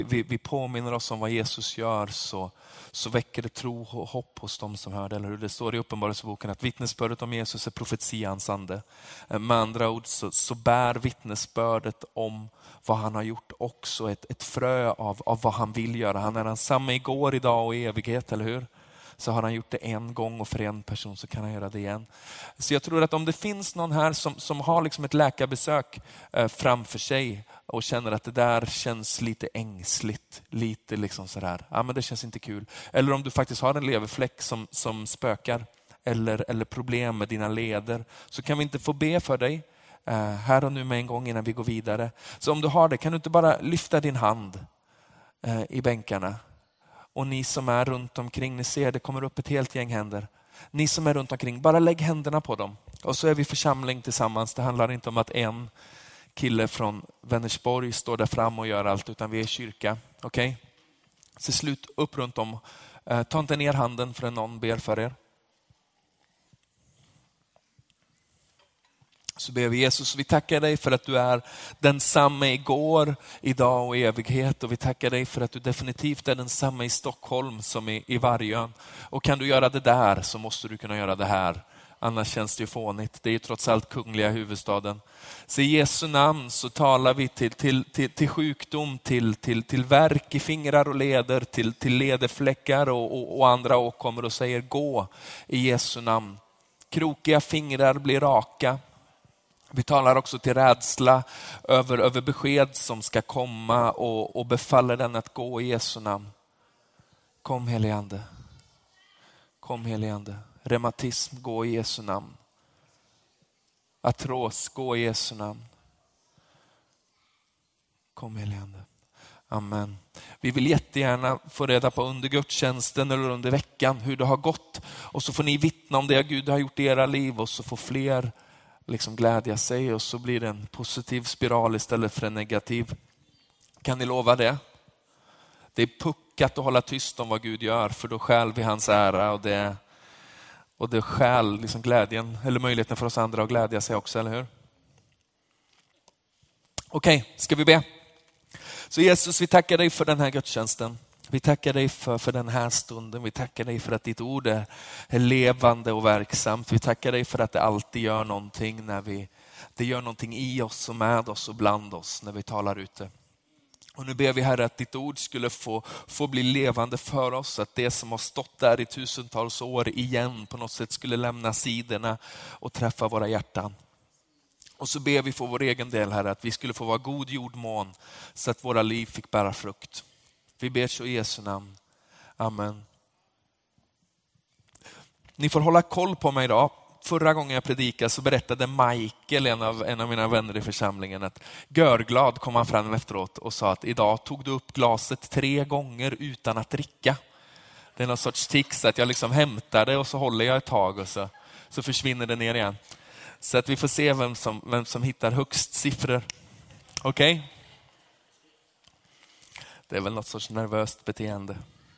vi påminner oss om vad Jesus gör, så väcker det tro och hopp hos dem som hör det. Eller hur det står i Uppenbarelseboken att vittnesbördet om Jesus är profetians ande. Med andra ord så bär vittnesbördet om vad han har gjort också ett frö av vad han vill göra. Han är densamma igår, idag och i evighet, eller hur? Så har han gjort det en gång och för en person så kan han göra det igen. Så jag tror att om det finns någon här som har liksom ett läkarbesök framför sig och känner att det där känns lite ängsligt, lite liksom sådär, ja men det känns inte kul. Eller om du faktiskt har en leverfläck som spökar eller problem med dina leder, så kan vi inte få be för dig här och nu med en gång innan vi går vidare. Så om du har det, kan du inte bara lyfta din hand i bänkarna? Och ni som är runt omkring, ni ser det kommer upp ett helt gäng händer. Ni som är runt omkring, bara lägg händerna på dem. Och så är vi församling tillsammans. Det handlar inte om att en kille från Vänersborg står där fram och gör allt, utan vi är kyrka. Okej? Så slut upp runt om. Ta inte ner handen förrän någon ber för er. Så ber vi: Jesus, vi tackar dig för att du är densamma igår, idag och i evighet. Och vi tackar dig för att du definitivt är densamma i Stockholm som i Vargön. Och kan du göra det där så måste du kunna göra det här. Annars känns det ju fånigt. Det är ju trots allt kungliga huvudstaden. Så i Jesu namn så talar vi till sjukdom, till värk i fingrar och leder, till lederfläckar och andra åkommor och säger gå i Jesu namn. Krokiga fingrar blir raka. Vi talar också till rädsla över besked som ska komma och befaller den att gå i Jesu namn. Kom helige ande. Kom helige ande. Reumatism, gå i Jesu namn. Artros, gå i Jesu namn. Kom helige ande. Amen. Vi vill jättegärna få reda på under gudstjänsten eller under veckan hur det har gått. Och så får ni vittna om det Gud har gjort i era liv, och så får fler liksom glädja sig, och så blir det en positiv spiral istället för en negativ. Kan ni lova det? Det är puckat att hålla tyst om vad Gud gör, för då stjäl vi hans ära, och det stjäl liksom glädjen eller möjligheten för oss andra att glädja sig också, eller hur? Okej, ska vi be? Så Jesus, vi tackar dig för den här gudstjänsten. Vi tackar dig för den här stunden. Vi tackar dig för att ditt ord är levande och verksamt. Vi tackar dig för att det alltid gör någonting när det gör någonting i oss och med oss och bland oss när vi talar ute. Och nu ber vi, Herre, att ditt ord skulle få bli levande för oss. Att det som har stått där i tusentals år igen på något sätt skulle lämna sidorna och träffa våra hjärtan. Och så ber vi för vår egen del, Herre, att vi skulle få vara god jordmån så att våra liv fick bära frukt. Vi ber så i Jesu namn. Amen. Ni får hålla koll på mig idag. Förra gången jag predikade så berättade Michael, en av mina vänner i församlingen, att görglad kom han fram efteråt och sa att idag tog du upp glaset 3 gånger utan att dricka. Det är någon sorts tics att jag liksom hämtar det och så håller jag ett tag och så försvinner det ner igen. Så att vi får se vem som hittar högst siffror. Okej? Det är väl något sorts nervöst beteende.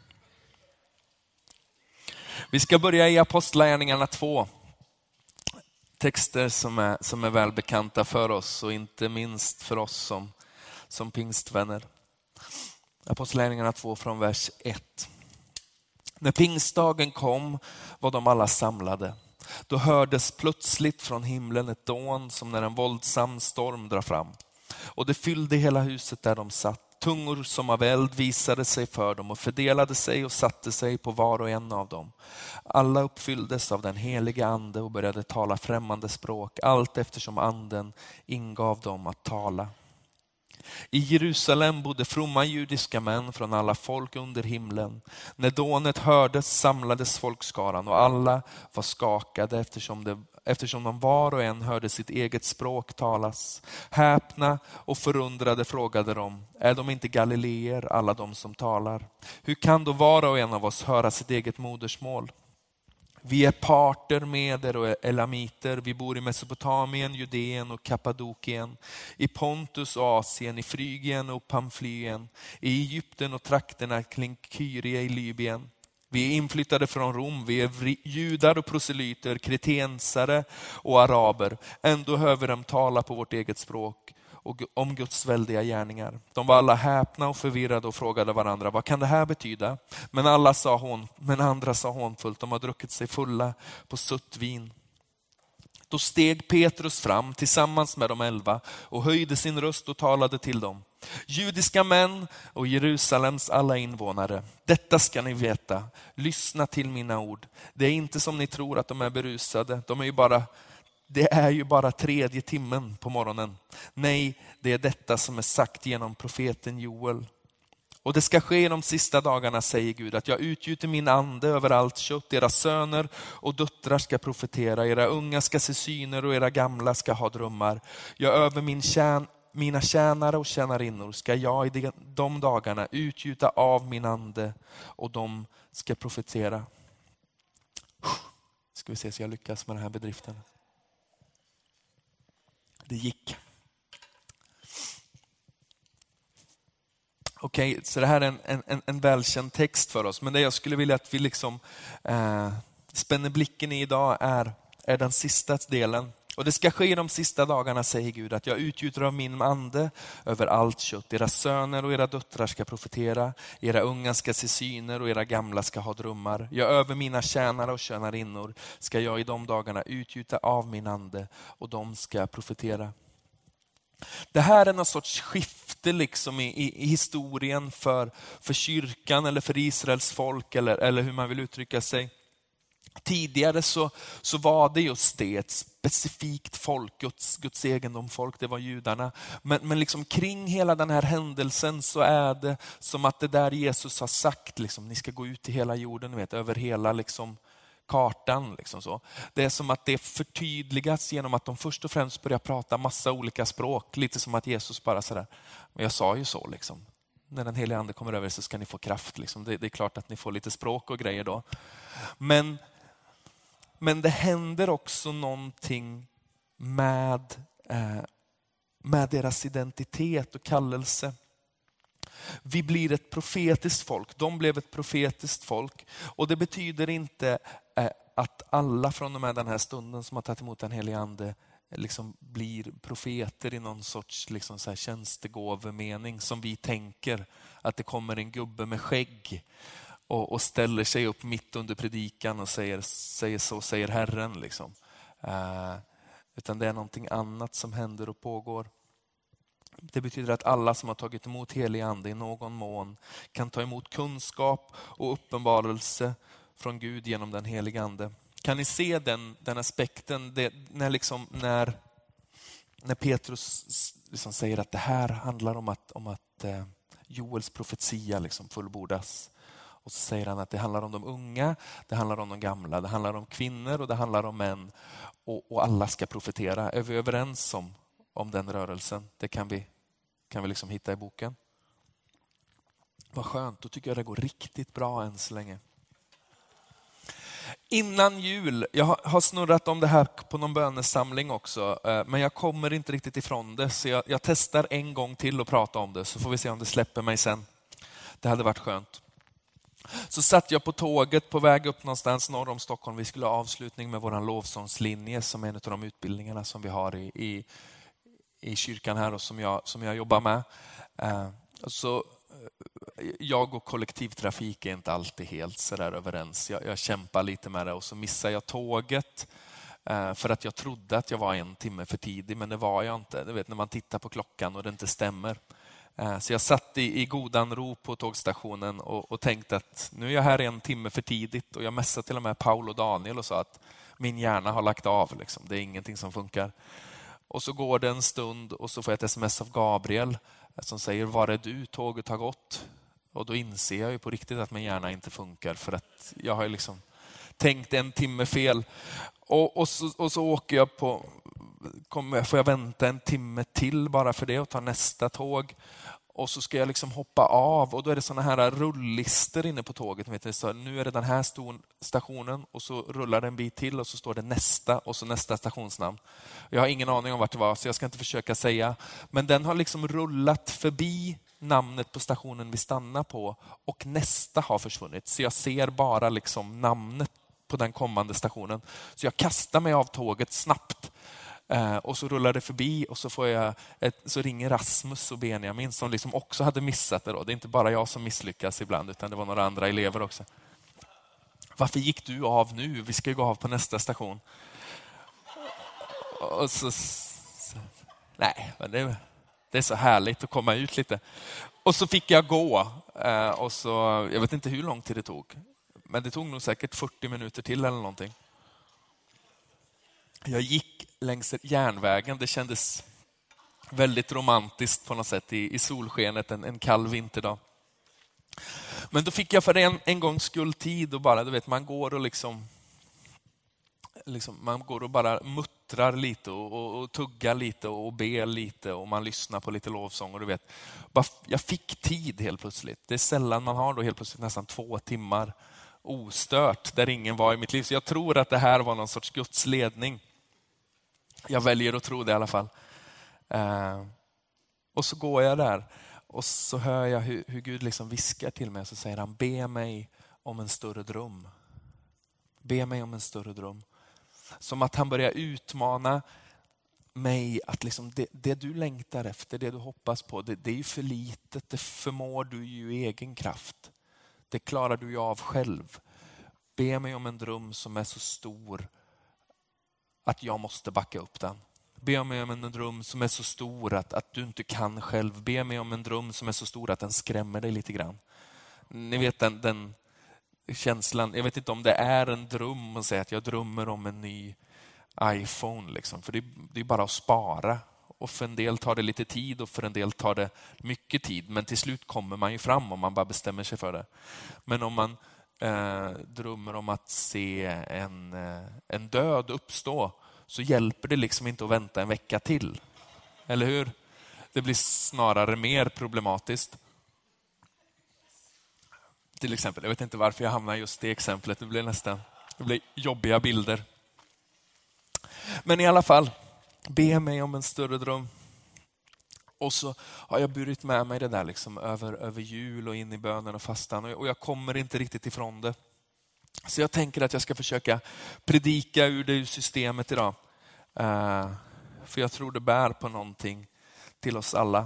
Vi ska börja i Apostlagärningarna 2. Texter som är välbekanta för oss och inte minst för oss som pingstvänner. Apostlagärningarna 2 från vers 1. När pingstdagen kom var de alla samlade. Då hördes plötsligt från himlen ett dån som när en våldsam storm drar fram. Och det fyllde hela huset där de satt. Tungor som av eld visade sig för dem och fördelade sig och satte sig på var och en av dem. Alla uppfylldes av den heliga ande och började tala främmande språk, allt eftersom anden ingav dem att tala. I Jerusalem bodde fromma judiska män från alla folk under himlen. När dånet hördes samlades folkskaran och alla var skakade eftersom de var och en hörde sitt eget språk talas. Häpna och förundrade frågade de: är de inte galileer, alla de som talar? Hur kan då var och en av oss höra sitt eget modersmål? Vi är parter med er och elamiter. Vi bor i Mesopotamien, Judeen och Kappadokien, i Pontus och Asien, i Frygien och Pamflyen, i Egypten och trakterna kring Kyrie i Libyen. Vi är inflyttade från Rom, vi är judar och proselyter, kretensare och araber. Ändå hör vi dem tala på vårt eget språk och om Guds väldiga gärningar. De var alla häpna och förvirrade och frågade varandra, vad kan det här betyda? Men andra sa hånfullt, de har druckit sig fulla på sött vin. Då steg Petrus fram tillsammans med de 11 och höjde sin röst och talade till dem. Judiska män och Jerusalems alla invånare, detta ska ni veta. Lyssna till mina ord. Det är inte som ni tror att de är berusade. Det är ju bara 3:e timmen på morgonen. Nej, det är detta som är sagt genom profeten Joel. Och det ska ske i de sista dagarna, säger Gud, att jag utgjuter min ande över allt kött. Era söner och döttrar ska profetera, era unga ska se syner och era gamla ska ha drömmar. Jag över mina tjänare och tjänarinnor ska jag i de dagarna utgjuta av min ande och de ska profetera. Ska vi se så jag lyckas med den här bedriften. Det gick. Okej, så det här är en välkänd text för oss. Men det jag skulle vilja att vi liksom spänner blicken i idag är den sista delen. Och det ska ske i de sista dagarna, säger Gud, att jag utgjuter av min ande över allt kött. Era söner och era döttrar ska profetera, era unga ska se syner och era gamla ska ha drömmar. Jag över mina tjänare och tjänarinnor ska jag i de dagarna utgjuta av min ande och de ska profetera. Det här är någon sorts skifte liksom i historien för kyrkan eller för Israels folk eller hur man vill uttrycka sig. Tidigare så var det just det, ett specifikt folk, Guds egendom folk, det var judarna. Men liksom kring hela den här händelsen så är det som att det där Jesus har sagt, liksom, ni ska gå ut i hela jorden, ni vet, över hela liksom kartan. Liksom så. Det är som att det förtydligas genom att de först och främst börjar prata massa olika språk. Lite som att Jesus bara sådär, men jag sa ju så liksom. När den heliga ande kommer över så ska ni få kraft. Liksom. Det är klart att ni får lite språk och grejer då. Men det händer också någonting med deras identitet och kallelse. Vi blir ett profetiskt folk. De blev ett profetiskt folk. Och det betyder inte att alla från och med den här stunden som har tagit emot den helige ande liksom blir profeter i någon sorts liksom så här tjänstegåvemening som vi tänker. Att det kommer en gubbe med skägg och ställer sig upp mitt under predikan och säger så säger Herren. Liksom. Utan det är någonting annat som händer och pågår. Det betyder att alla som har tagit emot helig ande i någon mån kan ta emot kunskap och uppenbarelse från Gud genom den heliga ande. Kan ni se den aspekten när Petrus liksom säger att det här handlar om att Joels profetia liksom fullbordas. Och så säger han att det handlar om de unga, det handlar om de gamla, det handlar om kvinnor och det handlar om män. Och alla ska profetera. Är vi överens om den rörelsen? Det kan vi liksom hitta i boken. Vad skönt, då tycker jag det går riktigt bra än så länge. Innan jul, jag har snurrat om det här på någon bönesamling också, men jag kommer inte riktigt ifrån det, så jag testar en gång till att prata om det, så får vi se om det släpper mig sen. Det hade varit skönt. Så satt jag på tåget på väg upp någonstans norr om Stockholm. Vi skulle ha avslutning med våran lovsångslinje som är en av de utbildningarna som vi har i kyrkan här och som jag jobbar med. Så jag och kollektivtrafik är inte alltid helt så där överens. Jag kämpar lite med det och så missar jag tåget för att jag trodde att jag var 1 timme för tidig, men det var jag inte. Du vet när man tittar på klockan och det inte stämmer. Så jag satt i godan ro på tågstationen och tänkte att nu är jag här 1 timme för tidigt, och jag messade till och med Paul och Daniel och sa att min hjärna har lagt av. Liksom. Det är ingenting som funkar. Och så går det en stund och så får jag ett sms av Gabriel som säger, var är du? Tåget har gått. Och då inser jag ju på riktigt att min hjärna inte funkar, för att jag har liksom tänkt 1 timme fel. Och så åker jag får jag vänta 1 timme till bara för det och ta nästa tåg. Och så ska jag liksom hoppa av, och då är det såna här rulllister inne på tåget. Vet du, så nu är det den här stationen, och så rullar det en bit till och så står det nästa och så nästa stationsnamn. Jag har ingen aning om vart det var, så jag ska inte försöka säga. Men den har liksom rullat förbi namnet på stationen vi stannar på, och nästa har försvunnit. Så jag ser bara liksom namnet på den kommande stationen. Så jag kastar mig av tåget snabbt. Och så rullar det förbi och så får jag så ringer Rasmus och Benjamin som liksom också hade missat det då. Det är inte bara jag som misslyckas ibland utan det var några andra elever också. Varför gick du av nu? Vi ska ju gå av på nästa station. Och så nej, men det är så härligt att komma ut lite. Och så fick jag gå. Och så, jag vet inte hur lång tid det tog. Men det tog nog säkert 40 minuter till eller någonting. Jag gick längs järnvägen. Det kändes väldigt romantiskt på något sätt i solskenet en kall vinterdag. Men då fick jag för en gångs skull tid och bara, du vet, man går och liksom man går och bara muttrar lite och tuggar lite och ber lite och man lyssnar på lite lovsång och du vet. Jag fick tid helt plötsligt. Det är sällan man har då helt plötsligt nästan 2 timmar ostört där ingen var i mitt liv. Så jag tror att det här var någon sorts Guds ledning. Jag väljer att tro det i alla fall. Och så går jag där och så hör jag hur Gud liksom viskar till mig och så säger han, be mig om en större dröm. Be mig om en större dröm. Som att han börjar utmana mig att liksom det du längtar efter, det du hoppas på, det är ju för litet, det förmår du ju i egen kraft. Det klarar du ju av själv. Be mig om en dröm som är så stor att jag måste backa upp den. Be mig om en dröm som är så stor att du inte kan själv. Be mig om en dröm som är så stor att den skrämmer dig lite grann. Ni vet den känslan, jag vet inte om det är en dröm att säga att jag drömmer om en ny iPhone. Liksom. För det är bara att spara. Och för en del tar det lite tid och för en del tar det mycket tid. Men till slut kommer man ju fram om man bara bestämmer sig för det. Men om man drömmer om att se en död uppstå så hjälper det liksom inte att vänta en vecka till. Eller hur? Det blir snarare mer problematiskt. Till exempel, jag vet inte varför jag hamnar just det exemplet. Det blir jobbiga bilder. Men i alla fall, be mig om en större dröm. Och så har jag burit med mig det där liksom över jul och in i bönen och fastan. Och jag kommer inte riktigt ifrån det. Så jag tänker att jag ska försöka predika ur det systemet idag. För jag tror det bär på någonting till oss alla.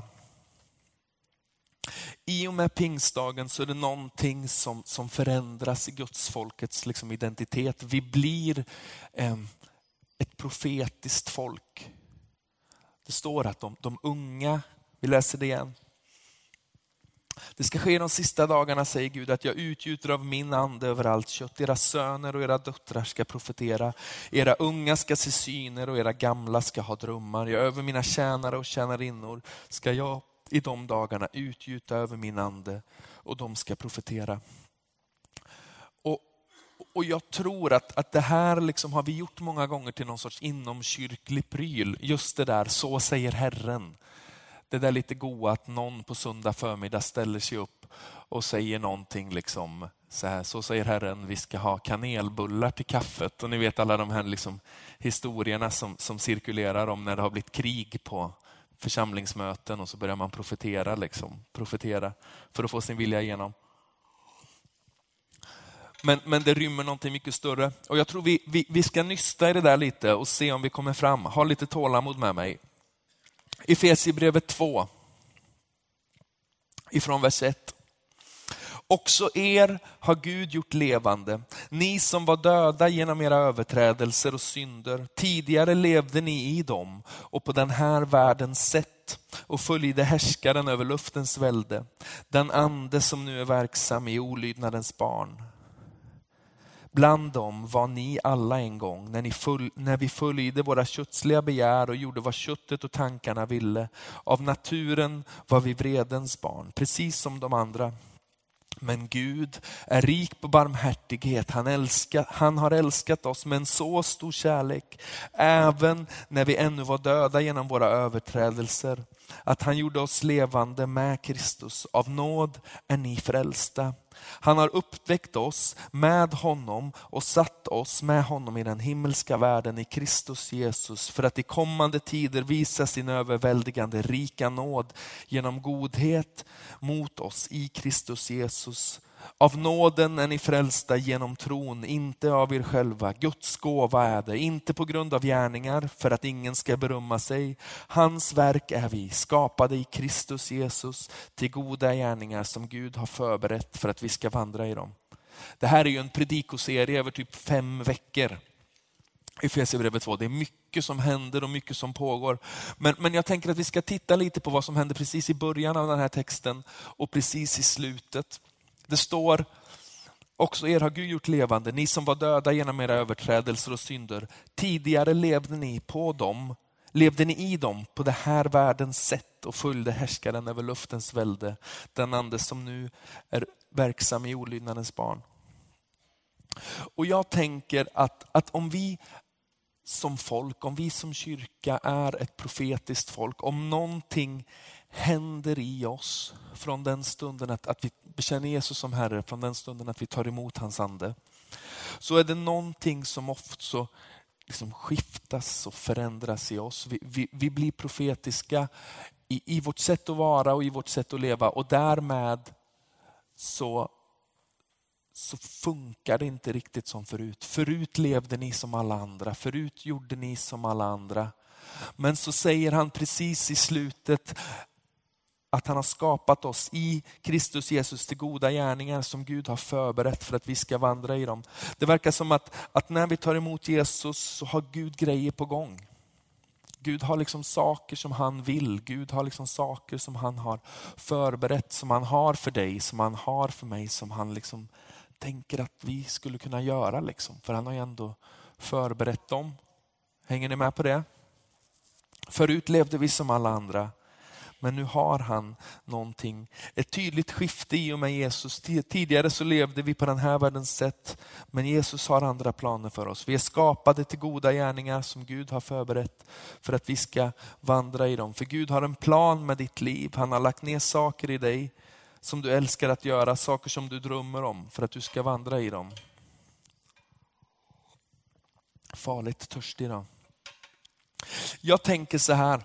I och med pingstdagen så är det någonting som förändras i Guds folkets liksom identitet. Vi blir ett profetiskt folk. Det står att de unga, vi läser det igen. Det ska ske de sista dagarna, säger Gud, att jag utgjuter av min ande över allt kött. Era söner och era döttrar ska profetera. Era unga ska se syner och era gamla ska ha drömmar. Jag över mina tjänare och tjänarinnor ska jag i de dagarna utgjuta över min ande och de ska profetera. Och jag tror att det här liksom har vi gjort många gånger till någon sorts inomkyrklig pryl. Just det där, så säger Herren. Det där lite goa att någon på söndag förmiddag ställer sig upp och säger någonting liksom så här, så säger Herren, vi ska ha kanelbullar till kaffet. Och ni vet alla de här liksom historierna som cirkulerar om när det har blivit krig på församlingsmöten och så börjar man profetera för att få sin vilja igenom. Men det rymmer någonting mycket större. Och jag tror vi ska nysta i det där lite och se om vi kommer fram. Ha lite tålamod med mig. Efesierbrevet 2. Ifrån vers 1. Också er har Gud gjort levande. Ni som var döda genom era överträdelser och synder. Tidigare levde ni i dem och på den här världens sätt och följde härskaren över luftens välde. Den ande som nu är verksam i olydnadens barn. Bland dem var ni alla en gång när vi följde våra kötsliga begär och gjorde vad köttet och tankarna ville. Av naturen var vi vredens barn, precis som de andra. Men Gud är rik på barmhärtighet. Han har älskat oss med en så stor kärlek. Även när vi ännu var döda genom våra överträdelser. Att han gjorde oss levande med Kristus. Av nåd är ni frälsta. Han har uppväckt oss med honom och satt oss med honom i den himmelska världen i Kristus Jesus. För att i kommande tider visa sin överväldigande rika nåd genom godhet mot oss i Kristus Jesus. Av nåden är ni frälsta genom tron, inte av er själva. Guds gåva är det, inte på grund av gärningar, för att ingen ska berömma sig. Hans verk är vi, skapade i Kristus Jesus till goda gärningar som Gud har förberett för att vi ska vandra i dem. Det här är ju en predikoserie över typ 5 veckor. Efesierbrevet 2. Det är mycket som händer och mycket som pågår. Men jag tänker att vi ska titta lite på vad som händer precis i början av den här texten och precis i slutet. Det står också: er har Gud gjort levande, ni som var döda genom era överträdelser och synder. Tidigare levde ni i dem på det här världens sätt och följde härskaren över luftens välde, den ande som nu är verksam i olydnadens barn. Och jag tänker att om vi som folk, om vi som kyrka är ett profetiskt folk, om någonting händer i oss från den stunden att vi bekänner Jesus som Herre, från den stunden att vi tar emot hans ande, så är det någonting som ofta så liksom skiftas och förändras i oss. Vi blir profetiska i vårt sätt att vara och i vårt sätt att leva, och därmed så funkar det inte riktigt som förut. Förut levde ni som alla andra. Förut gjorde ni som alla andra. Men så säger han precis i slutet att han har skapat oss i Kristus Jesus till goda gärningar som Gud har förberett för att vi ska vandra i dem. Det verkar som att när vi tar emot Jesus så har Gud grejer på gång. Gud har liksom saker som han vill. Gud har liksom saker som han har förberett, som han har för dig, som han har för mig, som han liksom tänker att vi skulle kunna göra liksom. För han har ju ändå förberett dem. Hänger ni med på det? Förut levde vi som alla andra. Men nu har han någonting, ett tydligt skifte i och med Jesus. Tidigare så levde vi på den här världens sätt. Men Jesus har andra planer för oss. Vi är skapade till goda gärningar som Gud har förberett för att vi ska vandra i dem. För Gud har en plan med ditt liv. Han har lagt ner saker i dig som du älskar att göra. Saker som du drömmer om för att du ska vandra i dem. Farligt törstig då. Jag tänker så här.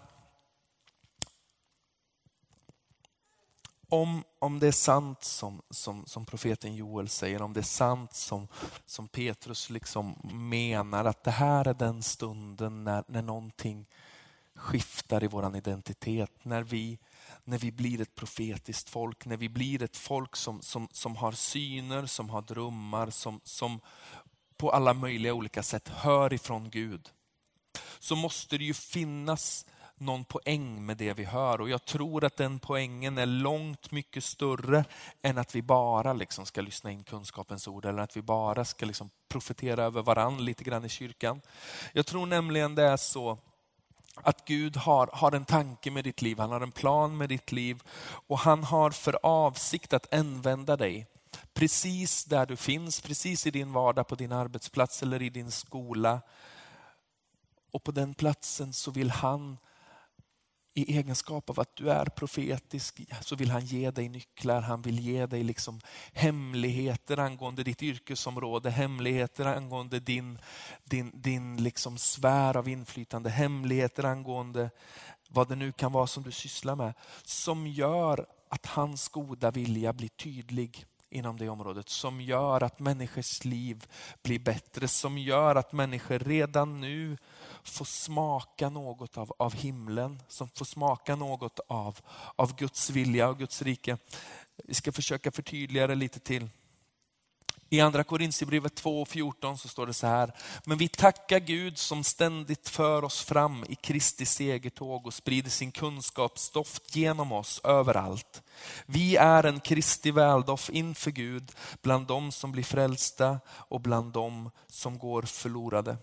Om det är sant som profeten Joel säger, om det är sant som Petrus liksom menar, att det här är den stunden när någonting skiftar i våran identitet, när vi blir ett profetiskt folk, när vi blir ett folk som har syner, som har drömmar, som på alla möjliga olika sätt hör ifrån Gud, så måste det ju finnas någon poäng med det vi hör. Och jag tror att den poängen är långt mycket större än att vi bara liksom ska lyssna in kunskapens ord, eller att vi bara ska liksom profetera över varann lite grann i kyrkan. Jag tror nämligen det är så att Gud har en tanke med ditt liv, han har en plan med ditt liv, och han har för avsikt att använda dig precis där du finns, precis i din vardag, på din arbetsplats eller i din skola. Och på den platsen så vill han, i egenskap av att du är profetisk, så vill han ge dig nycklar. Han vill ge dig liksom hemligheter angående ditt yrkesområde, hemligheter angående din liksom sfär av inflytande, hemligheter angående vad det nu kan vara som du sysslar med, som gör att hans goda vilja blir tydlig inom det området, som gör att människors liv blir bättre, som gör att människor redan nu får smaka något av himlen, som får smaka något av Guds vilja och Guds rike. Vi ska försöka förtydliga det lite till. I andra Korinthierbrevet 2:14 så står det så här: men vi tackar Gud som ständigt för oss fram i Kristi segertåg och sprider sin kunskapsdoft genom oss överallt. Vi är en Kristi väldoft inför Gud bland dem som blir frälsta och bland dem som går förlorade.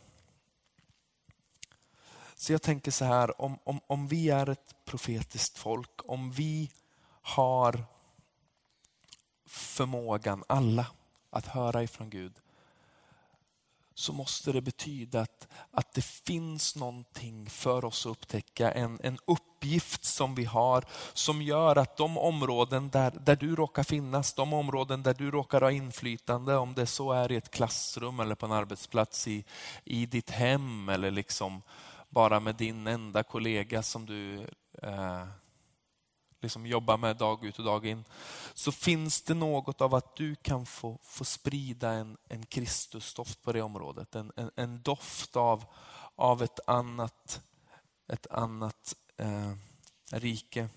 Så jag tänker så här, om vi är ett profetiskt folk, om vi har förmågan alla att höra ifrån Gud, så måste det betyda att det finns någonting för oss att upptäcka, en uppgift som vi har, som gör att de områden där du råkar finnas, de områden där du råkar ha inflytande, om det så är i ett klassrum eller på en arbetsplats, i ditt hem, eller liksom bara med din enda kollega som du liksom jobbar med dag ut och dag in, så finns det något av att du kan få sprida en Kristusdoft på det området. En doft av ett annat rike.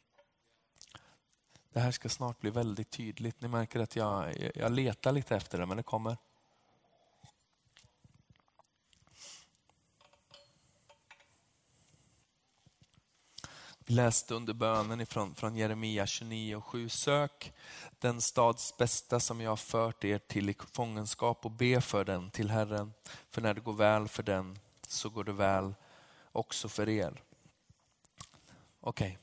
Det här ska snart bli väldigt tydligt. Ni märker att jag letar lite efter det, men det kommer. Vi läste under bönen från Jeremia 29:7. Sök den stads bästa som jag har fört er till i fångenskap och be för den till Herren. För när det går väl för den så går det väl också för er. Okej.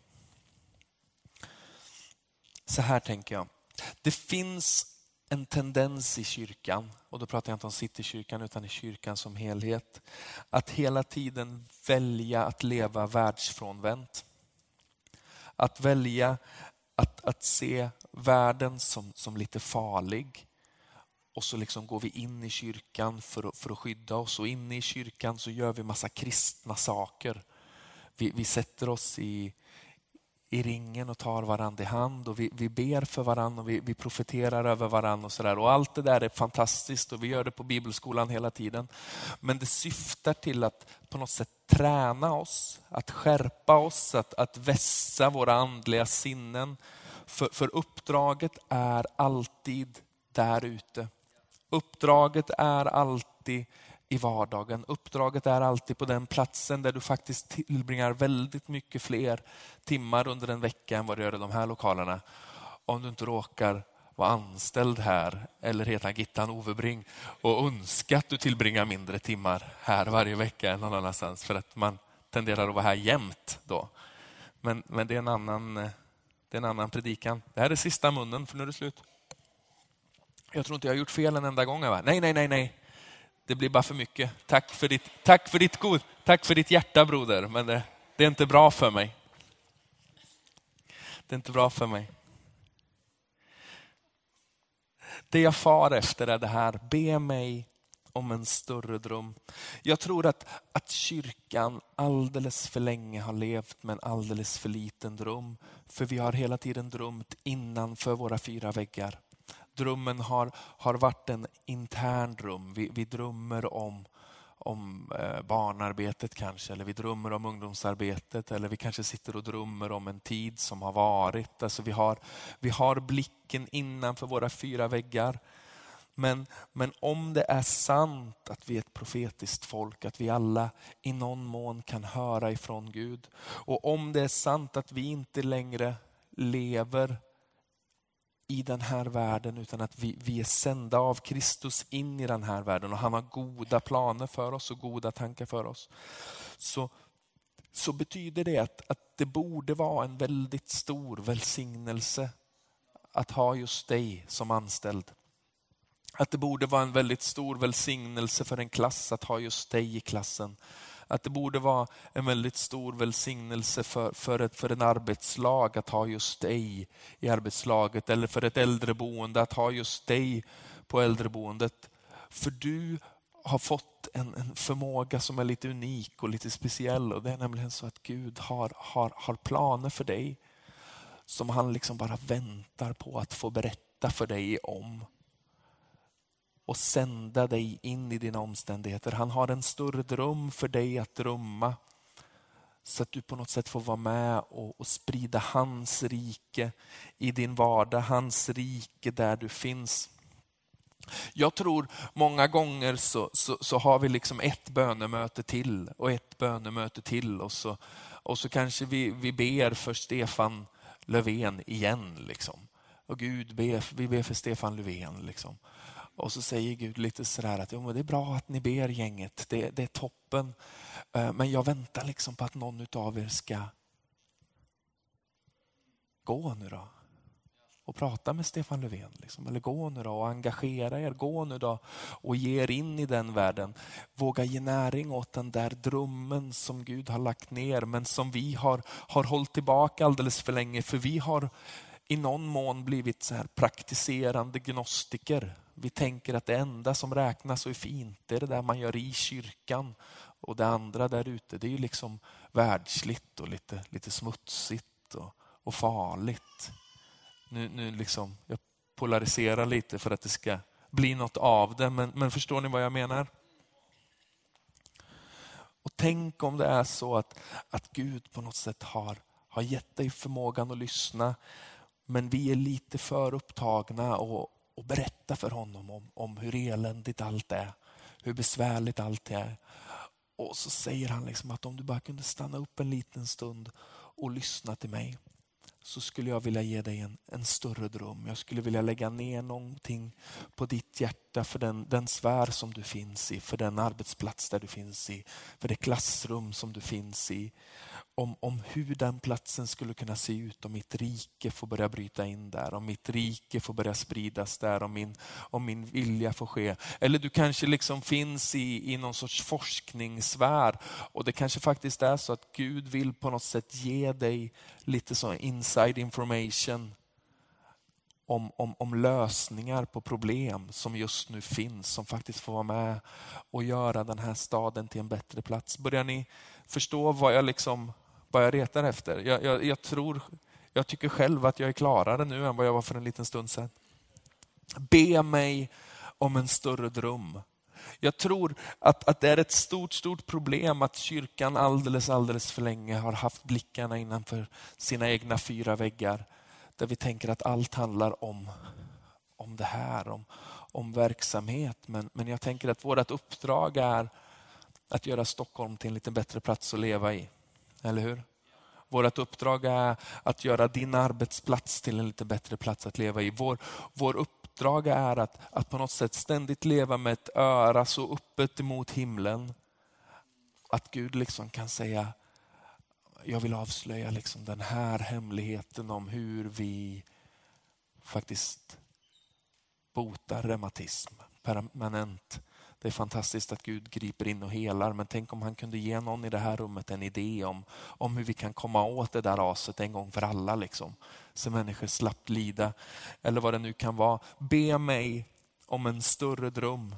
Så här tänker jag. Det finns en tendens i kyrkan, och då pratar jag inte om Citykyrkan utan i kyrkan som helhet, att hela tiden välja att leva världsfrånvänt. Att välja att se världen som lite farlig. Och så liksom går vi in i kyrkan för att skydda oss. Och inne i kyrkan så gör vi massa kristna saker. Vi sätter oss i ringen och tar varandra i hand. Och vi ber för varandra och vi profeterar över varandra. Och sådär. Och allt det där är fantastiskt och vi gör det på bibelskolan hela tiden. Men det syftar till att på något sätt träna oss, att skärpa oss, att vässa våra andliga sinnen. För uppdraget är alltid där ute. Uppdraget är alltid i vardagen. Uppdraget är alltid på den platsen där du faktiskt tillbringar väldigt mycket fler timmar under en vecka än vad du gör i de här lokalerna. Om du inte råkar vara anställd här eller heta Gittan Ovebring och önska att du tillbringar mindre timmar här varje vecka än någon annanstans, för att man tenderar att vara här jämt då. Men det är en annan predikan. Det här är sista munnen, för nu är det slut. Jag tror inte jag har gjort fel en enda gång. Va? Nej. Det blir bara för mycket. Tack för ditt hjärta, broder. Men det är inte bra för mig. Det är inte bra för mig. Det jag far efter är det här. Be mig om en större dröm. Jag tror att kyrkan alldeles för länge har levt med en alldeles för liten dröm. För vi har hela tiden drömt innanför våra 4 väggar. Drömmen har varit en intern dröm. Vi drömmer om barnarbetet kanske. Eller vi drömmer om ungdomsarbetet. Eller vi kanske sitter och drömmer om en tid som har varit. Alltså vi har blicken innanför våra 4 väggar. Men om det är sant att vi är ett profetiskt folk, att vi alla i någon mån kan höra ifrån Gud. Och om det är sant att vi inte längre lever i den här världen, utan att vi är sända av Kristus in i den här världen och han har goda planer för oss och goda tankar för oss. Så betyder det att det borde vara en väldigt stor välsignelse att ha just dig som anställd. Att det borde vara en väldigt stor välsignelse för en klass att ha just dig i klassen. Att det borde vara en väldigt stor välsignelse för en arbetslag att ha just dig i arbetslaget. Eller för ett äldreboende att ha just dig på äldreboendet. För du har fått en förmåga som är lite unik och lite speciell. Och det är nämligen så att Gud har planer för dig. Som han liksom bara väntar på att få berätta för dig om. Och sända dig in i dina omständigheter. Han har en större dröm för dig att drömma. Så att du på något sätt får vara med och sprida hans rike i din vardag. Hans rike där du finns. Jag tror många gånger så har vi liksom ett bönemöte till och ett bönemöte till. Och så kanske vi ber för Stefan Löfven igen. Liksom. Och Gud, vi ber för Stefan Löfven liksom. Och så säger Gud lite sådär att det är bra att ni ber gänget. Det är toppen. Men jag väntar liksom på att någon av er ska gå nu då. Och prata med Stefan Löfven. Liksom. Eller gå nu då och engagera er. Gå nu då och ge er in i den världen. Våga ge näring åt den där drömmen som Gud har lagt ner. Men som vi har hållit tillbaka alldeles för länge. För vi har i någon mån blivit så här praktiserande gnostiker. Vi tänker att det enda som räknas och är fint är det där man gör i kyrkan. Och det andra där ute, det är ju liksom världsligt och lite smutsigt och farligt. Nu liksom, jag polariserar lite för att det ska bli något av det, men förstår ni vad jag menar? Och tänk om det är så att Gud på något sätt har gett dig förmågan att lyssna, men vi är lite för upptagna och berätta för honom om hur eländigt allt är, hur besvärligt allt är. Och så säger han liksom att om du bara kunde stanna upp en liten stund och lyssna till mig, så skulle jag vilja ge dig en större dröm. Jag skulle vilja lägga ner någonting på ditt hjärta för den sfär som du finns i, för den arbetsplats där du finns i, för det klassrum som du finns i. Om hur den platsen skulle kunna se ut om mitt rike får börja bryta in där, om mitt rike får börja spridas där, om min vilja får ske. Eller du kanske liksom finns i någon sorts forskningssfär, och det kanske faktiskt är så att Gud vill på något sätt ge dig lite så inside information om lösningar på problem som just nu finns, som faktiskt får vara med och göra den här staden till en bättre plats. Börjar ni förstå vad jag retar efter? Jag tycker själv att jag är klarare nu än vad jag var för en liten stund sedan. Be mig om en större dröm. Jag tror att det är ett stort problem att kyrkan alldeles för länge har haft blickarna innanför sina egna 4 väggar. Där vi tänker att allt handlar om det här, om verksamhet. Men jag tänker att vårt uppdrag är att göra Stockholm till en lite bättre plats att leva i. Eller hur? Vårt uppdrag är att göra din arbetsplats till en lite bättre plats att leva i. Vår uppdrag är att på något sätt ständigt leva med ett öra så öppet emot himlen. Att Gud liksom kan säga, jag vill avslöja liksom den här hemligheten om hur vi faktiskt botar reumatism permanent. Det är fantastiskt att Gud griper in och helar, men tänk om han kunde ge någon i det här rummet en idé om hur vi kan komma åt det där raset en gång för alla. Liksom. Så människor slapp lida, eller vad det nu kan vara. Be mig om en större dröm.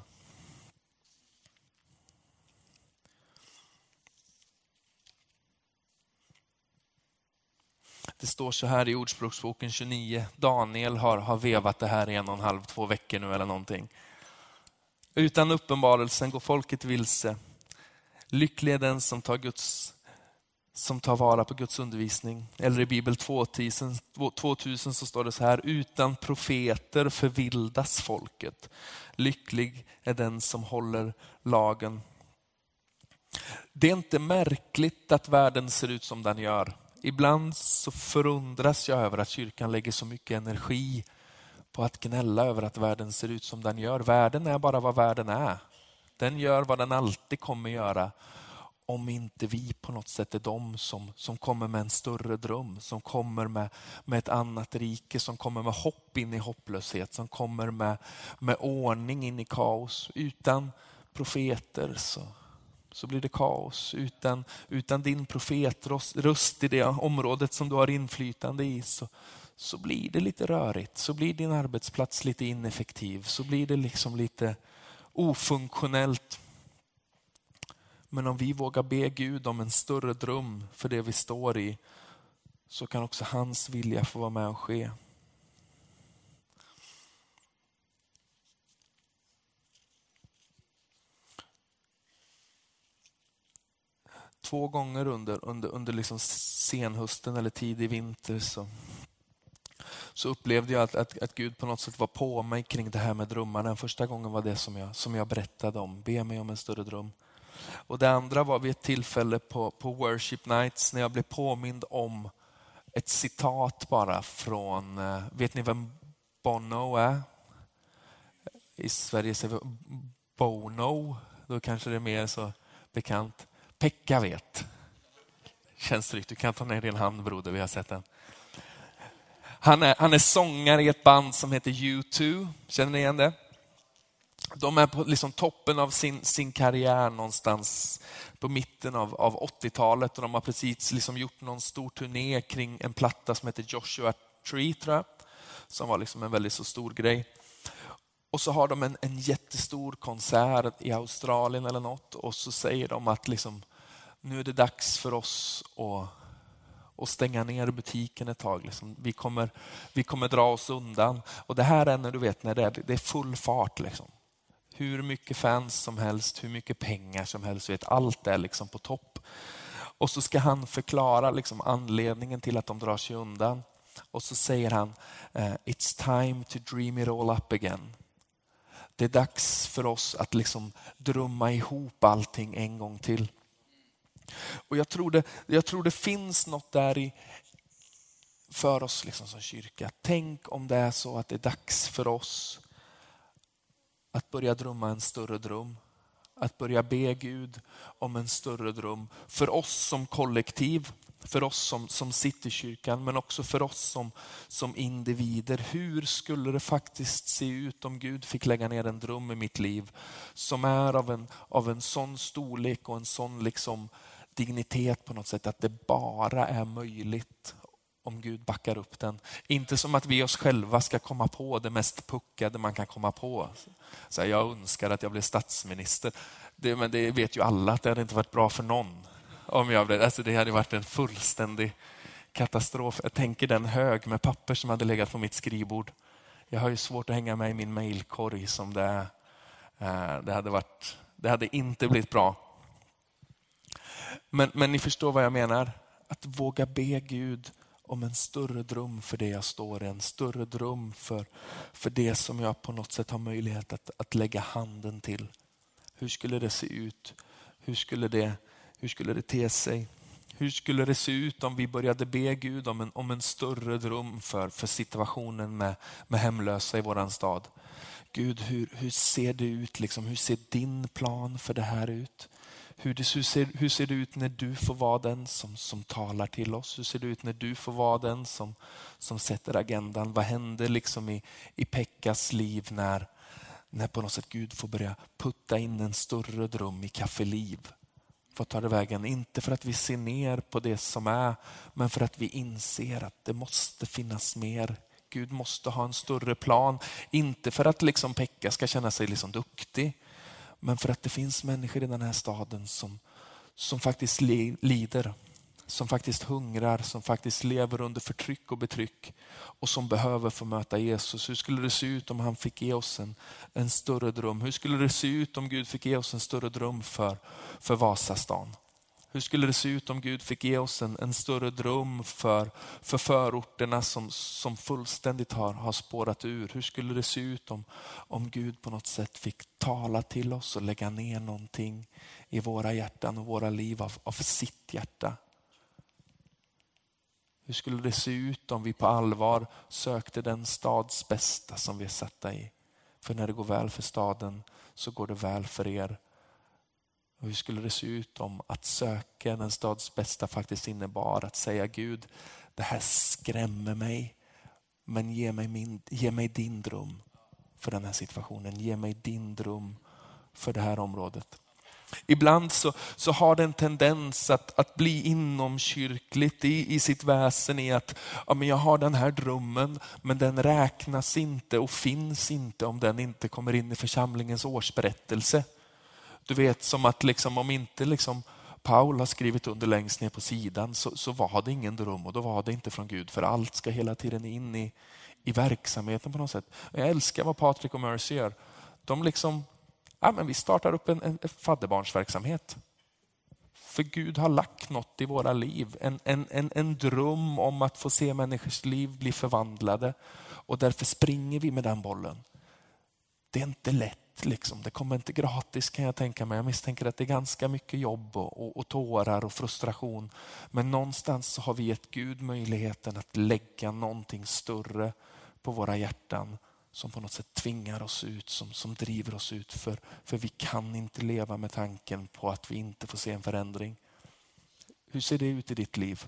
Det står så här i Ordspråksboken 29. Daniel har vevat det här i 1,5-2 veckor nu eller någonting. Utan uppenbarelsen går folket vilse. Lycklig är den som tar vara på Guds undervisning. Eller i Bibel 2000 så står det så här: utan profeter förvildas folket. Lycklig är den som håller lagen. Det är inte märkligt att världen ser ut som den gör. Ibland så förundras jag över att kyrkan lägger så mycket energi på att gnälla över att världen ser ut som den gör. Världen är bara vad världen är. Den gör vad den alltid kommer göra. Om inte vi på något sätt är de som kommer med en större dröm. Som kommer med ett annat rike. Som kommer med hopp in i hopplöshet. Som kommer med ordning in i kaos. Utan profeter så blir det kaos. Utan din profetröst i det området som du har inflytande i så blir det lite rörigt. Så blir din arbetsplats lite ineffektiv. Så blir det liksom lite ofunktionellt. Men om vi vågar be Gud om en större dröm för det vi står i, så kan också hans vilja få vara med och ske. Två gånger under liksom senhösten eller tidig vinter så upplevde jag att Gud på något sätt var på mig kring det här med drömmar. Den första gången var det som jag berättade om. Be mig om en större dröm. Och det andra var vid ett tillfälle på Worship Nights när jag blev påmind om ett citat bara från, vet ni vem Bono är? I Sverige säger vi Bono, då kanske det är mer så bekant. Pekka vet. Känns tryggt, du kan ta ner din hand broder, vi har sett den. Han är sångare i ett band som heter U2. Känner ni igen det? De är på liksom toppen av sin karriär någonstans på mitten av 80-talet. Och de har precis liksom gjort någon stor turné kring en platta som heter Joshua Tree, tror jag. Som var liksom en väldigt så stor grej. Och så har de en jättestor konsert i Australien eller något. Och så säger de att liksom, nu är det dags för oss och stänga ner butiken ett tag. Liksom. Vi kommer dra oss undan. Och det här är när du vet när det är full fart. Liksom. Hur mycket fans som helst, hur mycket pengar som helst. Vet, allt är liksom på topp. Och så ska han förklara liksom anledningen till att de drar sig undan. Och så säger han, it's time to dream it all up again. Det är dags för oss att liksom drömma ihop allting en gång till. Och jag tror det finns något där i för oss liksom som kyrka. Tänk om det är så att det är dags för oss att börja drömma en större dröm. Att börja be Gud om en större dröm. För oss som kollektiv, för oss som sitter i kyrkan, men också för oss som individer. Hur skulle det faktiskt se ut om Gud fick lägga ner en dröm i mitt liv som är av en sån storlek och en sån liksom dignitet på något sätt att det bara är möjligt om Gud backar upp den. Inte som att vi oss själva ska komma på det mest puckade man kan komma på. Så jag önskar att jag blev statsminister. Men det vet ju alla att det hade inte varit bra för någon. Om jag blev, alltså det hade varit en fullständig katastrof. Jag tänker den hög med papper som hade legat på mitt skrivbord. Jag har ju svårt att hänga med i min mailkorg som det hade inte blivit bra. Men ni förstår vad jag menar. Att våga be Gud om en större dröm för det jag står i. En större dröm för det som jag på något sätt har möjlighet att lägga handen till. Hur skulle det se ut? Hur skulle det te sig? Hur skulle det se ut om vi började be Gud om en större dröm för situationen med hemlösa i våran stad? Gud, hur ser det ut? Liksom, hur ser din plan för det här ut? Hur ser det ut när du får vara den som talar till oss? Hur ser det ut när du får vara den som sätter agendan? Vad händer liksom i Pekkas liv när på något sätt Gud får börja putta in en större dröm i kaffeliv? Vad tar det vägen? Inte för att vi ser ner på det som är, men för att vi inser att det måste finnas mer. Gud måste ha en större plan. Inte för att liksom Pekka ska känna sig liksom duktig, men för att det finns människor i den här staden som faktiskt lider. Som faktiskt hungrar, som faktiskt lever under förtryck och betryck. Och som behöver få möta Jesus. Hur skulle det se ut om han fick ge oss en större dröm? Hur skulle det se ut om Gud fick ge oss en större dröm för Vasastan? Hur skulle det se ut om Gud fick ge oss en större dröm för förorterna som fullständigt har spårat ur? Hur skulle det se ut om Gud på något sätt fick tala till oss och lägga ner någonting i våra hjärtan och våra liv av sitt hjärta? Hur skulle det se ut om vi på allvar sökte den stads bästa som vi är satta i? För när det går väl för staden så går det väl för er. Och hur skulle det se ut om att söka den stads bästa faktiskt innebar att säga Gud, det här skrämmer mig, men ge mig din dröm för den här situationen. Ge mig din dröm för det här området. Ibland så har det en tendens att bli inomkyrkligt i sitt väsen i att men jag har den här drömmen, men den räknas inte och finns inte om den inte kommer in i församlingens årsberättelse. Du vet, som att liksom, om inte liksom Paul har skrivit under längst ner på sidan så var det ingen dröm och då var det inte från Gud, för allt ska hela tiden in i verksamheten på något sätt. Jag älskar vad Patrick och Mercy gör. De liksom, men vi startar upp en fadderbarnsverksamhet. För Gud har lagt något i våra liv. En dröm om att få se människors liv bli förvandlade. Och därför springer vi med den bollen. Det är inte lätt. Liksom. Det kommer inte gratis, kan jag tänka mig. Jag misstänker att det är ganska mycket jobb och tårar och frustration. Men någonstans så har vi gett Gud möjligheten att lägga någonting större på våra hjärtan. Som på något sätt tvingar oss ut, som driver oss ut. För vi kan inte leva med tanken på att vi inte får se en förändring. Hur ser det ut i ditt liv?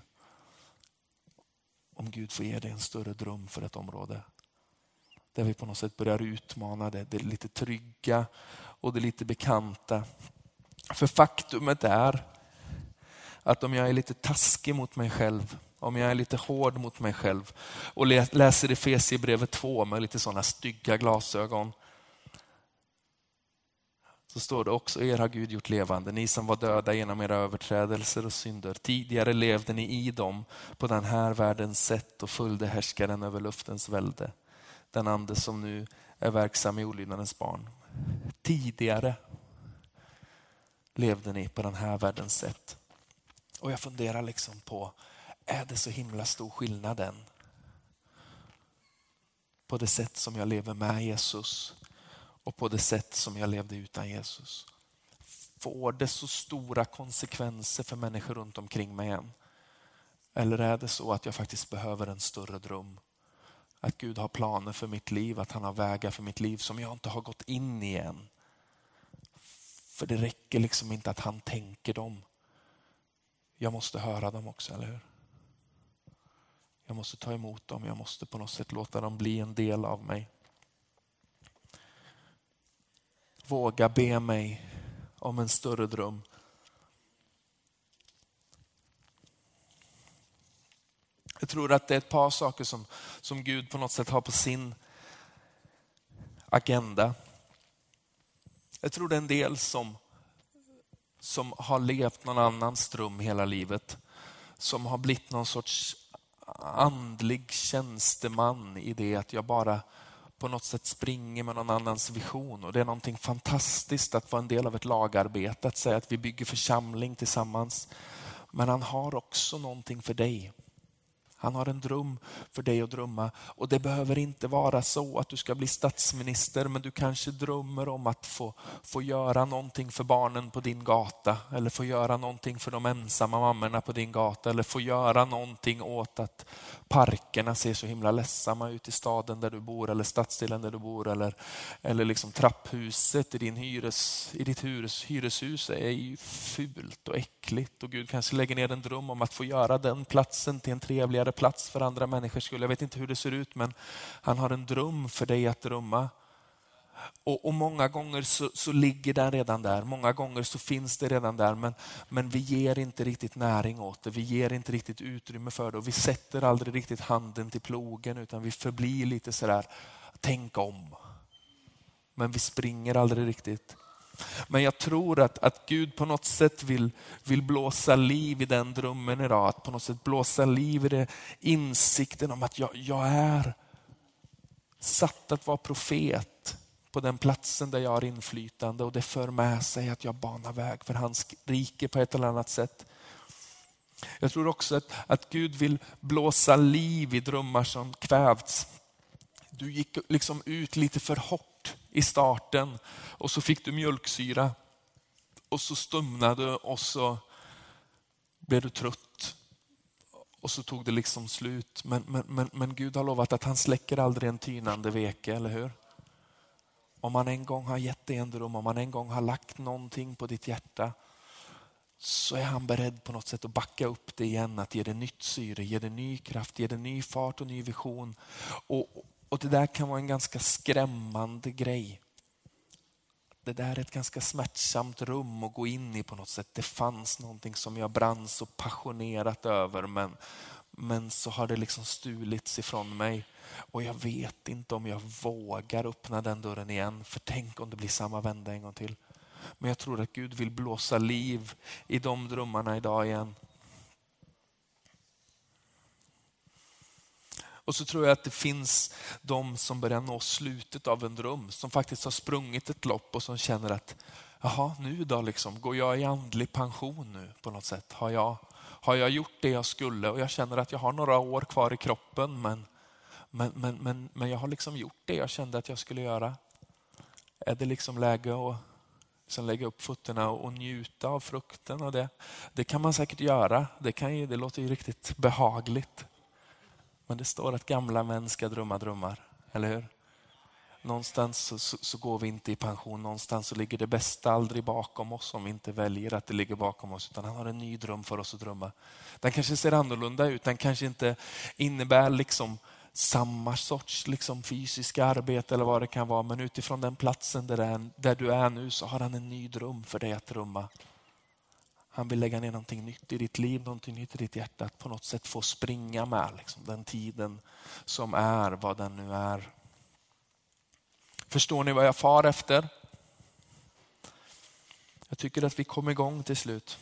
Om Gud får ge dig en större dröm för ett område. Där vi på något sätt börjar utmana det lite trygga och det lite bekanta. För faktumet är att om jag är lite taskig mot mig själv, om jag är lite hård mot mig själv och läser Efesierbrevet 2 med lite sådana stygga glasögon, så står det också: er har Gud gjort levande, ni som var döda genom era överträdelser och synder. Tidigare levde ni i dem på den här världens sätt och följde härskaren över luftens välde, den ande som nu är verksam i olydnadens barn. Tidigare levde ni på den här världens sätt. Och jag funderar liksom på, är det så himla stor skillnad än på det sätt som jag lever med Jesus och på det sätt som jag levde utan Jesus? Får det så stora konsekvenser för människor runt omkring mig än? Eller är det så att jag faktiskt behöver en större dröm? Att Gud har planer för mitt liv, att han har vägar för mitt liv som jag inte har gått in i än. För det räcker liksom inte att han tänker dem. Jag måste höra dem också, eller hur? Jag måste ta emot dem, jag måste på något sätt låta dem bli en del av mig. Våga be mig om en större dröm. Jag tror att det är ett par saker som Gud på något sätt har på sin agenda. Jag tror det är en del som har levt någon annans dröm hela livet. Som har blivit någon sorts andlig tjänsteman i det att jag bara på något sätt springer med någon annans vision. Och det är någonting fantastiskt att vara en del av ett lagarbete, att säga att vi bygger församling tillsammans. Men han har också någonting för dig. Han har en dröm för dig att drömma. Och det behöver inte vara så att du ska bli statsminister, men du kanske drömmer om att få göra någonting för barnen på din gata. Eller få göra någonting för de ensamma mammorna på din gata. Eller få göra någonting åt att parkerna ser så himla ledsamma ut i staden där du bor. Eller stadsdelen där du bor. Eller liksom trapphuset i ditt hyreshus är ju fult och äckligt. Och Gud kanske lägger ner en dröm om att få göra den platsen till en trevligare plats för andra människor skulle. Jag vet inte hur det ser ut, men han har en dröm för dig att drömma. Och många gånger så ligger den redan där. Många gånger så finns det redan där, men vi ger inte riktigt näring åt det. Vi ger inte riktigt utrymme för det och vi sätter aldrig riktigt handen till plogen, utan vi förblir lite sådär, tänk om. Men vi springer aldrig riktigt. Men jag tror att Gud på något sätt vill blåsa liv i den drömmen idag. Att på något sätt blåsa liv i det, insikten om att jag är satt att vara profet på den platsen där jag har inflytande. Och det för med sig att jag banar väg för hans rike på ett eller annat sätt. Jag tror också att Gud vill blåsa liv i drömmar som kvävts. Du gick liksom ut lite för hårt i starten och så fick du mjölksyra och så stumnade och så blev du trött och så tog det liksom slut. Men Gud har lovat att han släcker aldrig en tynande veke, eller hur? Om man en gång har gett dig en dröm, om man en gång har lagt någonting på ditt hjärta, så är han beredd på något sätt att backa upp det igen, att ge det nytt syre, ge det ny kraft, ge det ny fart och ny vision. Och det där kan vara en ganska skrämmande grej. Det där är ett ganska smärtsamt rum att gå in i på något sätt. Det fanns någonting som jag brann så passionerat över, men så har det liksom stulits ifrån mig. Och jag vet inte om jag vågar öppna den dörren igen, för tänk om det blir samma vända en gång till. Men jag tror att Gud vill blåsa liv i de drömmarna idag igen. Och så tror jag att det finns de som börjar nå slutet av en dröm, som faktiskt har sprungit ett lopp och som känner att jaha, nu då liksom, går jag i andlig pension nu på något sätt? Har jag gjort det jag skulle? Och jag känner att jag har några år kvar i kroppen, men jag har liksom gjort det jag kände att jag skulle göra. Är det liksom läge att sen lägga upp fötterna och njuta av frukten av det? Det kan man säkert göra. Det låter ju riktigt behagligt. Men det står att gamla män ska drömma drömmar, eller hur? Någonstans så går vi inte i pension. Någonstans så ligger det bästa aldrig bakom oss om vi inte väljer att det ligger bakom oss. Utan han har en ny dröm för oss att drömma. Den kanske ser annorlunda ut. Den kanske inte innebär liksom samma sorts liksom fysiska arbete eller vad det kan vara. Men utifrån den platsen där du är nu så har han en ny dröm för dig att drömma. Han vill lägga ner någonting nytt i ditt liv, någonting nytt i ditt hjärta. Att på något sätt få springa med liksom, den tiden som är, vad den nu är. Förstår ni vad jag far efter? Jag tycker att vi kom igång till slut.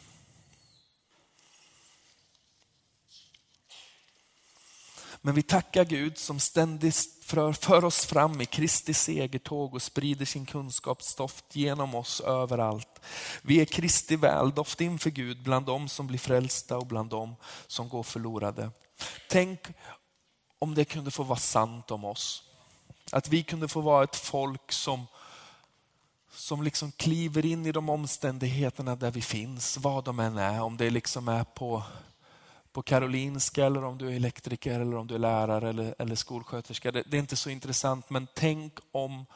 Men vi tackar Gud som ständigt för oss fram i Kristi segertåg och sprider sin kunskapsdoft genom oss överallt. Vi är Kristi väldoft inför Gud bland dem som blir frälsta och bland dem som går förlorade. Tänk om det kunde få vara sant om oss. Att vi kunde få vara ett folk som liksom kliver in i de omständigheterna där vi finns, vad de än är. Om det liksom är på Karolinska eller om du är elektriker eller om du är lärare eller skolsköterska. Det är inte så intressant, men tänk om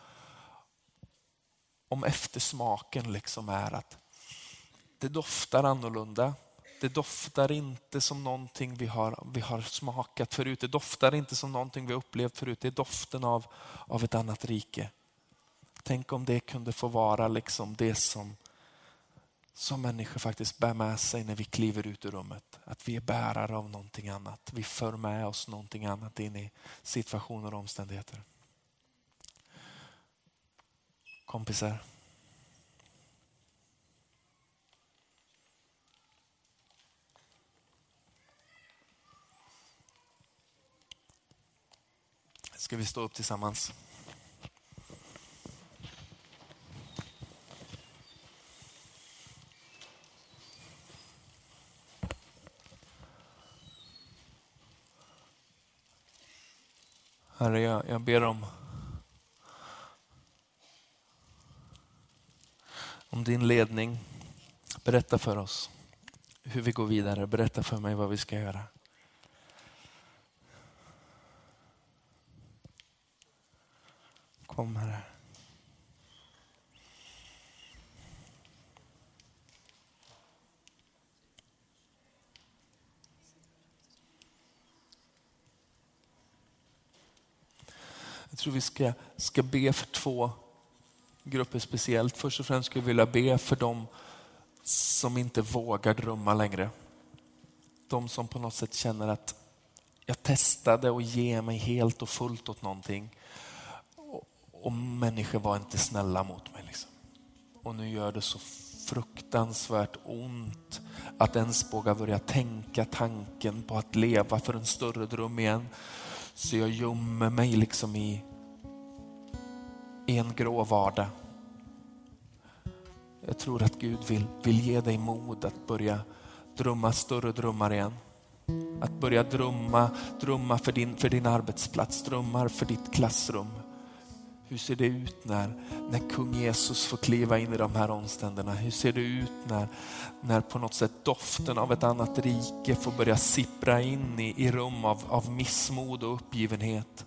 eftersmaken liksom är att det doftar annorlunda. Det doftar inte som någonting vi har smakat förut. Det doftar inte som någonting vi upplevt förut. Det är doften av ett annat rike. Tänk om det kunde få vara liksom det som människor faktiskt bär med sig när vi kliver ut ur rummet. Att vi är bärare av någonting annat. Vi för med oss någonting annat in i situationer och omständigheter. Kompisar. Ska vi stå upp tillsammans? Herre, jag ber om din ledning. Berätta för oss hur vi går vidare. Berätta för mig vad vi ska göra. Kom Herre. Jag tror vi ska be för två grupper speciellt. Först och främst skulle jag vilja be för dem som inte vågar drömma längre. De som på något sätt känner att jag testade att ge mig helt och fullt åt någonting. Och människor var inte snälla mot mig. Liksom. Och nu gör det så fruktansvärt ont att ens våga börja tänka tanken på att leva för en större dröm igen. Så jag gömmer mig liksom i en grå vardag. Jag tror att Gud vill ge dig mod att börja drömma större drömmar igen. Att börja drömma för din arbetsplats, drömmar för ditt klassrum. Hur ser det ut när kung Jesus får kliva in i de här omständigheterna? Hur ser det ut när på något sätt doften av ett annat rike får börja sippra in i rum av missmod och uppgivenhet?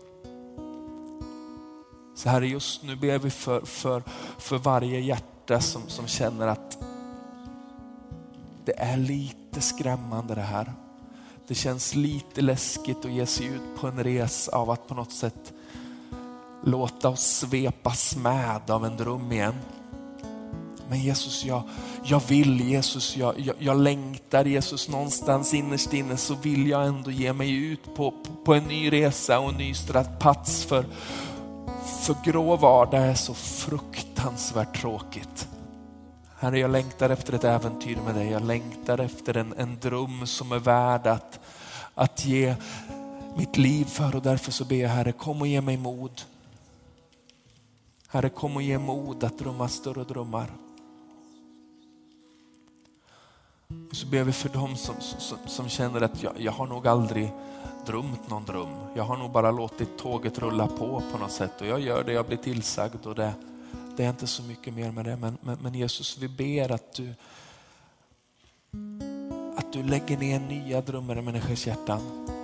Så här just nu ber vi för varje hjärta som känner att det är lite skrämmande det här. Det känns lite läskigt att ge sig ut på en resa av att på något sätt låta oss svepas med av en dröm igen. Men Jesus, jag vill, Jesus, jag längtar, Jesus, någonstans innerst inne så vill jag ändå ge mig ut på en ny resa och en ny strapats för grå vardag är så fruktansvärt tråkigt. Herre, jag längtar efter ett äventyr med dig. Jag längtar efter en dröm som är värd att ge mitt liv för, och därför så ber jag, Herre, kom och ge mig mod. Herre, kom och ge mod att drömma större drömmar. Och så ber vi för dem som känner att jag har nog aldrig drömt någon dröm. Jag har nog bara låtit tåget rulla på något sätt. Och jag gör det jag blir tillsagd, och det är inte så mycket mer med det. Men Jesus, vi ber att du lägger ner nya drömmar i människors hjärtan.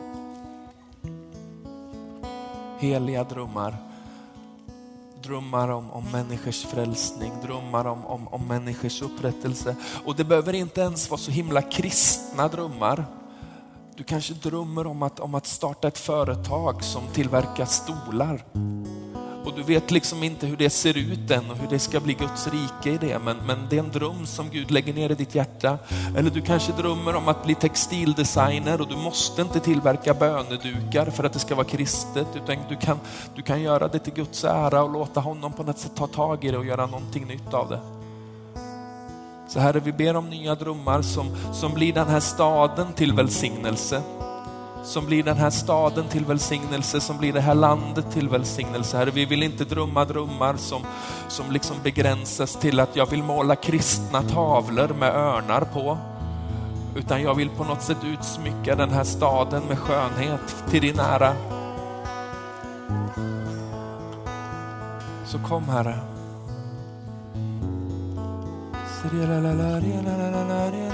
Heliga drömmar. Drömmar om människors frälsning, drömmar om människors upprättelse. Och det behöver inte ens vara så himla kristna drömmar. Du kanske drömmer om att starta ett företag som tillverkar stolar. Och du vet liksom inte hur det ser ut än och hur det ska bli Guds rike i det. Men det är en dröm som Gud lägger ner i ditt hjärta. Eller du kanske drömmer om att bli textildesigner, och du måste inte tillverka bönedukar för att det ska vara kristet. Utan du kan göra det till Guds ära och låta honom på något sätt ta tag i det och göra någonting nytt av det. Så Herre, vi ber om nya drömmar som blir den här staden till välsignelse. Som blir den här staden till välsignelse, som blir det här landet till välsignelse. Herre, vi vill inte drömma drömmar som liksom begränsas till att jag vill måla kristna tavlor med örnar på. Utan jag vill på något sätt utsmycka den här staden med skönhet till din ära. Så kom, Herre.